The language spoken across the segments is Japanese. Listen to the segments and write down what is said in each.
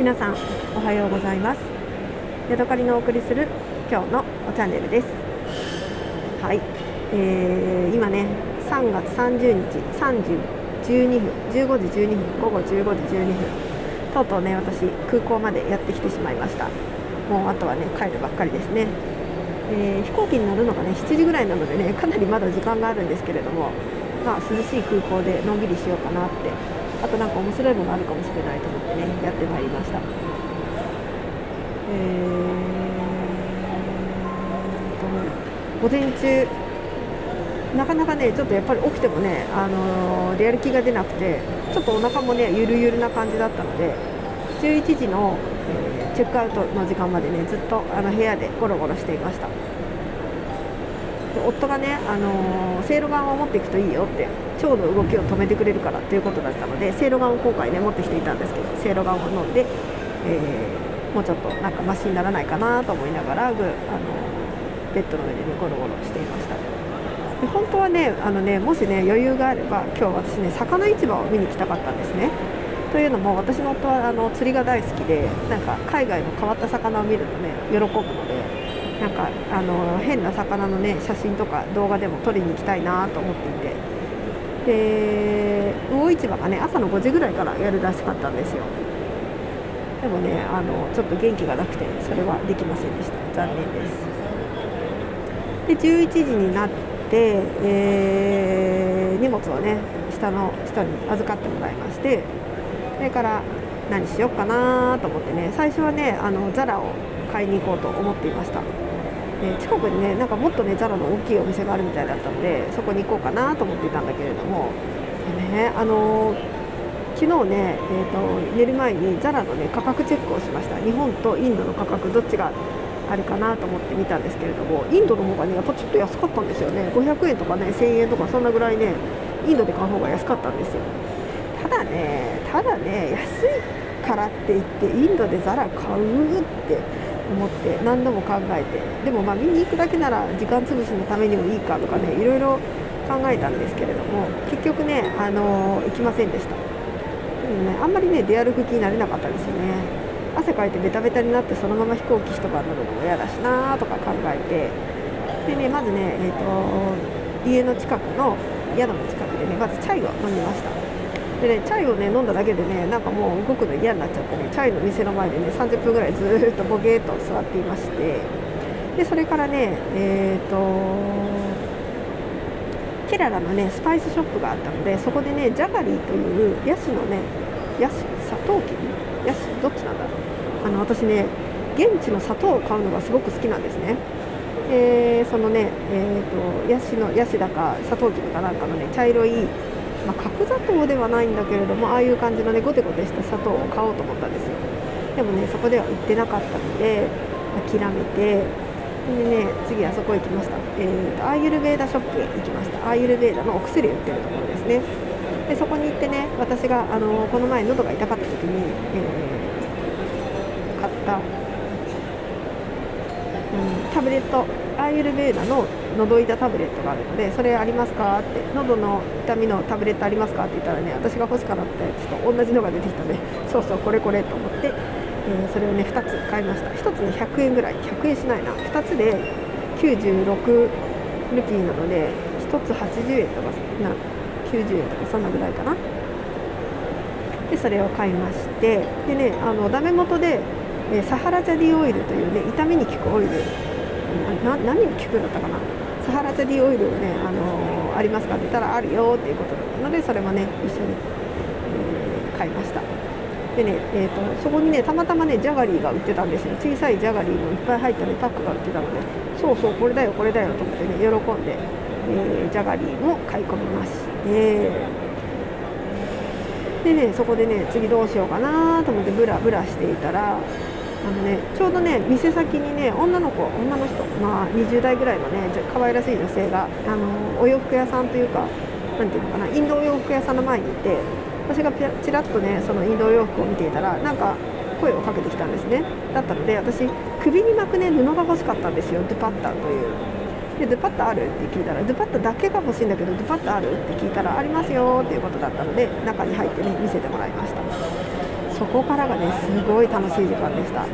皆さんおはようございます。ヤドカリのお送りする今日のチャンネルです。はい、今ね3月30日3時12分15時12分午後15時12分とうとうね私空港までやってきてしまいました。もうあとはね帰るばっかりですね。飛行機に乗るのがね7時ぐらいなのでねかなりまだ時間があるんですけれども、涼しい空港でのんびりしようかなって、あとなんか面白いのがあるかもしれないと思ってねやってまいりました。午前中なかなかねちょっとやっぱり起きてもね、やる気が出なくて、ちょっとお腹もねゆるゆるな感じだったので、11時の、チェックアウトの時間までねずっと部屋でゴロゴロしていました。で夫がね、せいろがんを持っていくといいよって、腸の動きを止めてくれるからということだったので、せいろがんを今回ね持ってきていたんですけど、せいろがんを飲んで、もうちょっとなんかマシにならないかなと思いながらベッドの上でねゴロゴロしていました。で本当はねもしね余裕があれば今日私ね魚市場を見に来たかったんですね。というのも私の夫は釣りが大好きで、なんか海外の変わった魚を見るとね喜ぶので、なんか変な魚のね写真とか動画でも撮りに行きたいなと思っていて、で魚市場がね朝の5時ぐらいからやるらしかったんですよ。でもねちょっと元気がなくてそれはできませんでした。残念です。で11時になって、荷物をね下の人に預かってもらいまして、それから何しようかなと思ってね、最初はねザラを買いに行こうと思っていました。近くにねなんかもっとねザラの大きいお店があるみたいだったので、そこに行こうかなと思っていたんだけれども、ね昨日ね、寝る前にザラのね価格チェックをしました。日本とインドの価格どっちがあるかなと思って見たんですけれども、インドの方がねやっぱちょっと安かったんですよね。500円とかね1000円とかそんなぐらいねインドで買う方が安かったんですよ。ただね安いからって言ってインドでザラ買うって思って何度も考えて、でも見に行くだけなら時間潰しのためにもいいかとかねいろいろ考えたんですけれども、結局ね行きませんでした。でもねあんまりね出歩く気になれなかったですよね。汗かいてベタベタになってそのまま飛行機一晩乗るのも嫌だしなとか考えて、でねまずね、家の近くの宿の近くでねまずチャイを飲みました。でねチャイをね飲んだだけでねなんかもう動くの嫌になっちゃってね、チャイの店の前でね30分ぐらいずっとボケーっと座っていまして、でそれからねケララのねスパイスショップがあったので、そこでねジャガリーというヤシのねサトウキビヤシどっちなんだろう、私ね現地の砂糖を買うのがすごく好きなんですね。そのねヤシだかサトウキビかなんかのね茶色い、角砂糖ではないんだけれども、ああいう感じのねゴテゴテした砂糖を買おうと思ったんですよ。でもねそこでは売ってなかったので諦めて、でね次あそこ行きました。アーユルベーダショップへ行きました。アーユルベーダのお薬を売ってるところですね。でそこに行ってね私がこの前喉が痛かった時に、買った、タブレット、アーユルベーダの喉痛タブレットがあるので、それありますかって、喉の痛みのタブレットありますかって言ったらね、私が欲しかったやつと同じのが出てきたので、そうそうこれこれと思って、それをね2つ買いました。1つね100円ぐらい、100円しないな、2つで96ルピーなので1つ80円とか90円とかそんなぐらいかな。でそれを買いまして、でねダメ元でサハラジャディオイルというね痛みに効くオイル、何に効くんだったかな、サハラジャディオイルをね、ありますかって言ったらあるよっていうことだったので、それもね一緒に、買いました。でね、そこにねたまたまねジャガリーが売ってたんですよ。小さいジャガリーのいっぱい入ったねパックが売ってたので、そうそうこれだよこれだよと思ってね喜んで、ジャガリーも買い込みまして、でねそこでね次どうしようかなと思ってブラブラしていたら、ちょうどね店先にね女の人、20代ぐらいのね可愛らしい女性がお洋服屋さんというかなんていうのかな、インドお洋服屋さんの前にいて、私がちらっとねそのインドお洋服を見ていたらなんか声をかけてきたんですね。だったので私首に巻くね布が欲しかったんですよ。ドゥパッタという。でドゥパッタあるって聞いたら、ドゥパッタだけが欲しいんだけどドゥパッタあるって聞いたらありますよっていうことだったので、中に入ってね見せてもらいました。そそこからがねすごい楽しい時間でした。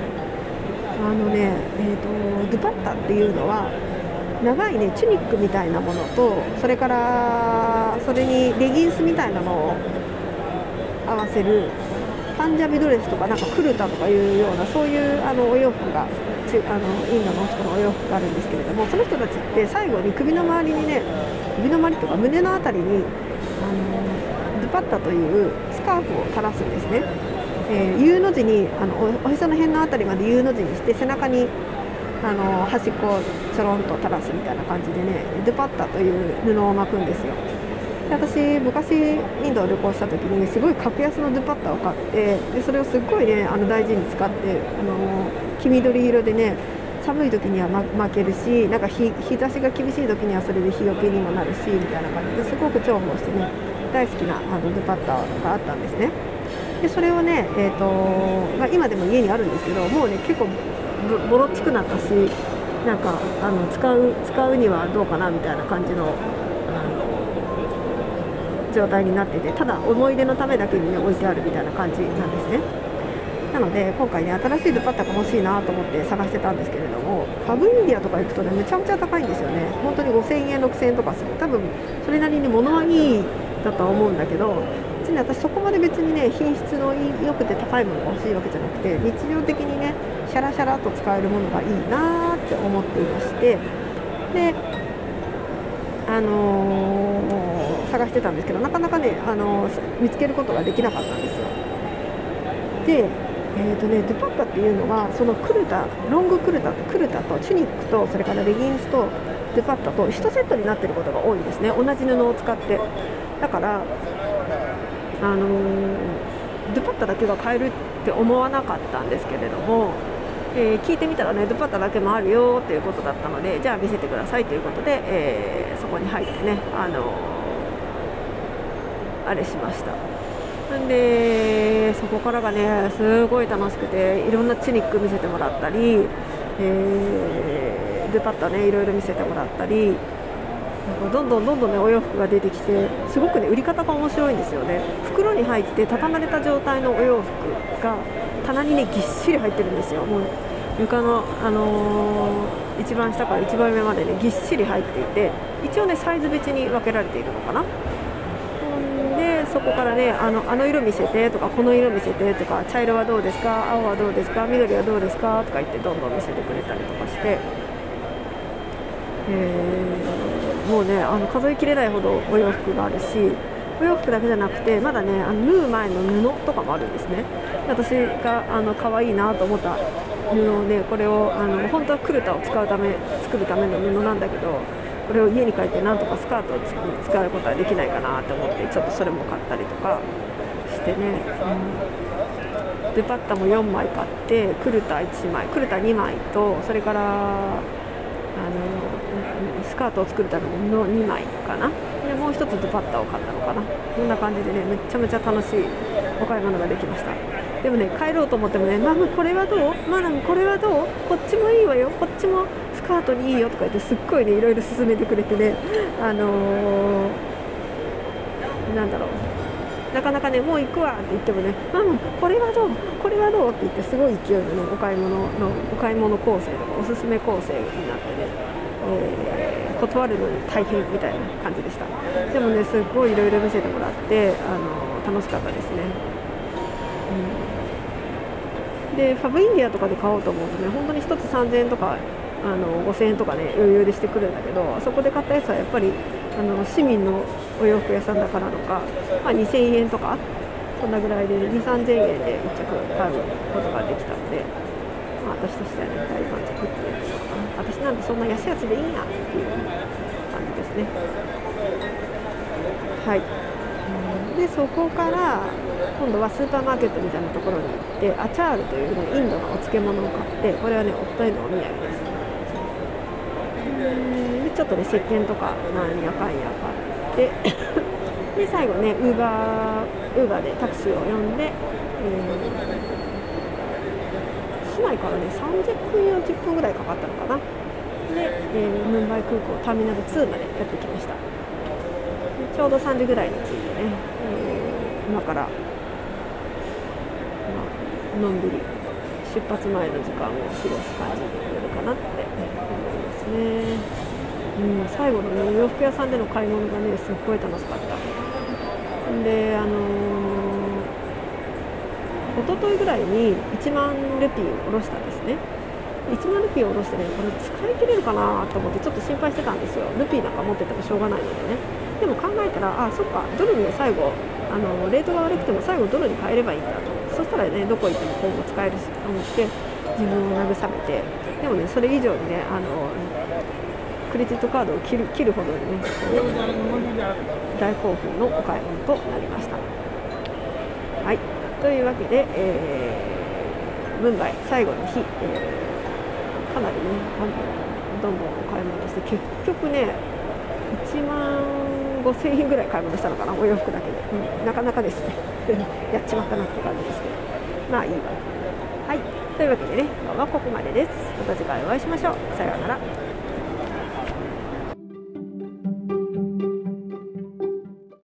ドゥパッタっていうのは長いねチュニックみたいなものと、それからそれにレギンスみたいなのを合わせるパンジャビドレスとかなんかクルタとかいうような、そういうお洋服がインドの人のお洋服があるんですけれども、その人たちって最後に首の周りにね、首の周りとか胸のあたりにドゥパッタというスカーフを垂らすんですね。U の字におへその辺のあたりまで U の字にして、背中に端っこをちょろんと垂らすみたいな感じでね、ドゥパッタという布を巻くんですよ。で私昔インドを旅行した時にすごい格安のドゥパッタを買って、でそれをすっごいね大事に使って、黄緑色でね、寒い時には巻けるし、なんか日差しが厳しい時にはそれで日よけにもなるしみたいな感じですごく重宝してね、大好きなドゥパッタがあったんですね。でそれをね、今でも家にあるんですけど、もうね結構ボロっちくなったし、なんか使うにはどうかなみたいな感じの状態になってて、ただ思い出のためだけに、ね、置いてあるみたいな感じなんですね。なので今回ね新しいドゥパッタが欲しいなと思って探してたんですけれども、ファブインディアとか行くとねめちゃめちゃ高いんですよね。本当に5000円6000円とかする。多分それなりに物はいいだとは思うんだけど、別に私そこまで別にね品質の良くて高いものが欲しいわけじゃなくて、日常的にねシャラシャラと使えるものがいいなって思っていまして、で探してたんですけど、なかなかね、見つけることができなかったんですよ。で、ドゥパッタっていうのはそのクルタ、ロングクルタとチュニックと、それからレギンスとドゥパッタと1セットになっていることが多いんですね、同じ布を使って。だからドゥパッタだけが買えるって思わなかったんですけれども、聞いてみたらねドゥパッタだけもあるよということだったので、じゃあ見せてくださいということで、そこに入ってねあれしました。んでそこからがねすごい楽しくて、いろんなチュニック見せてもらったり、ドゥパッタねいろいろ見せてもらったり、どんどんねお洋服が出てきて、すごくね売り方が面白いんですよね。袋に入って畳まれた状態のお洋服が棚にねぎっしり入ってるんですよ。もう床の、一番下から一番上までねぎっしり入っていて、一応ねサイズ別に分けられているのかな。でそこからねあの色見せてとか、この色見せてとか、茶色はどうですか、青はどうですか、緑はどうですかとか言ってどんどん見せてくれたりとかして、もうね数えきれないほどお洋服があるし、お洋服だけじゃなくてまだね縫う前の布とかもあるんですね。私が可愛いなと思った布をね、これを本当はクルタを作るための布なんだけど、これを家に帰ってなんとかスカートを使うことはできないかなと思って、ちょっとそれも買ったりとかしてね、ドゥパッタも4枚買って、クルタ1枚、クルタ2枚と、それからスカートを作るための布2枚かな。でもう一つドゥパッタを買ったのかな。こんな感じでねめちゃめちゃ楽しいお買い物ができました。でもね帰ろうと思ってもね、マムこれはどう、マダムこれはどう、こっちもいいわよ、こっちもスカートにいいよとか言って、すっごいねいろいろ勧めてくれてね、なんだろう、なかなかねもう行くわって言ってもね、マムこれはどう、これはどうって言って、すごい勢いでねお買い物構成とかおすすめ構成になってね、断るのに大変みたいな感じでした。でもねすっごいいろいろ見せてもらって楽しかったですね。でファブインディアとかで買おうと思うとね、本当に1つ3000円とか5000円とかね余裕でしてくるんだけど、そこで買ったやつはやっぱり市民のお洋服屋さんだからとか、2000円とかそんなぐらいで2、3000円で1着買うことができたので、私としてはね大満足っていうのかな。私なんてそんな安いやつでいいんやっていう感じですね。はい。でそこから今度はスーパーマーケットみたいなところに行って、アチャールという、ね、インドのお漬物を買って、これはね夫へのお土産です。でちょっとね石鹸とかなんやかんや買ってで最後ねウーバーでタクシーを呼んで、市内からね30分40分ぐらいかかったのかな。で、ムンバイ空港ターミナル2までやってきました。ちょうど3時ぐらいに着いてね、今から、 のんびり出発前の時間を過ごす感じになるかなって思いますね。最後のね、洋服屋さんでの買い物がね、すっごい楽しかった。で、一昨日ぐらいに1万ルピーを下ろしたんですね。1万ルピーを下ろしてね、これ使い切れるかなと思ってちょっと心配してたんですよ。ルピーなんか持っててもしょうがないのでね。でも考えたら、そっか、ドルに最後レートが悪くても最後ドルに変えればいいんだと。そしたらね、どこ行っても今後使えるしと思って自分を慰めて、でもね、それ以上にね、クレジットカードを切るほどにね、大興奮のお買い物となりました。はい、というわけで、ムンバイ最後の日、かなりね、どんどんお買い物して結局ね、1万5000円ぐらい買い物したのかな、お洋服だけで、なかなかですねやっちまったなって感じですけど、まあいいわ。はい、というわけでね、今日はここまでです。また次回お会いしましょう。さようなら。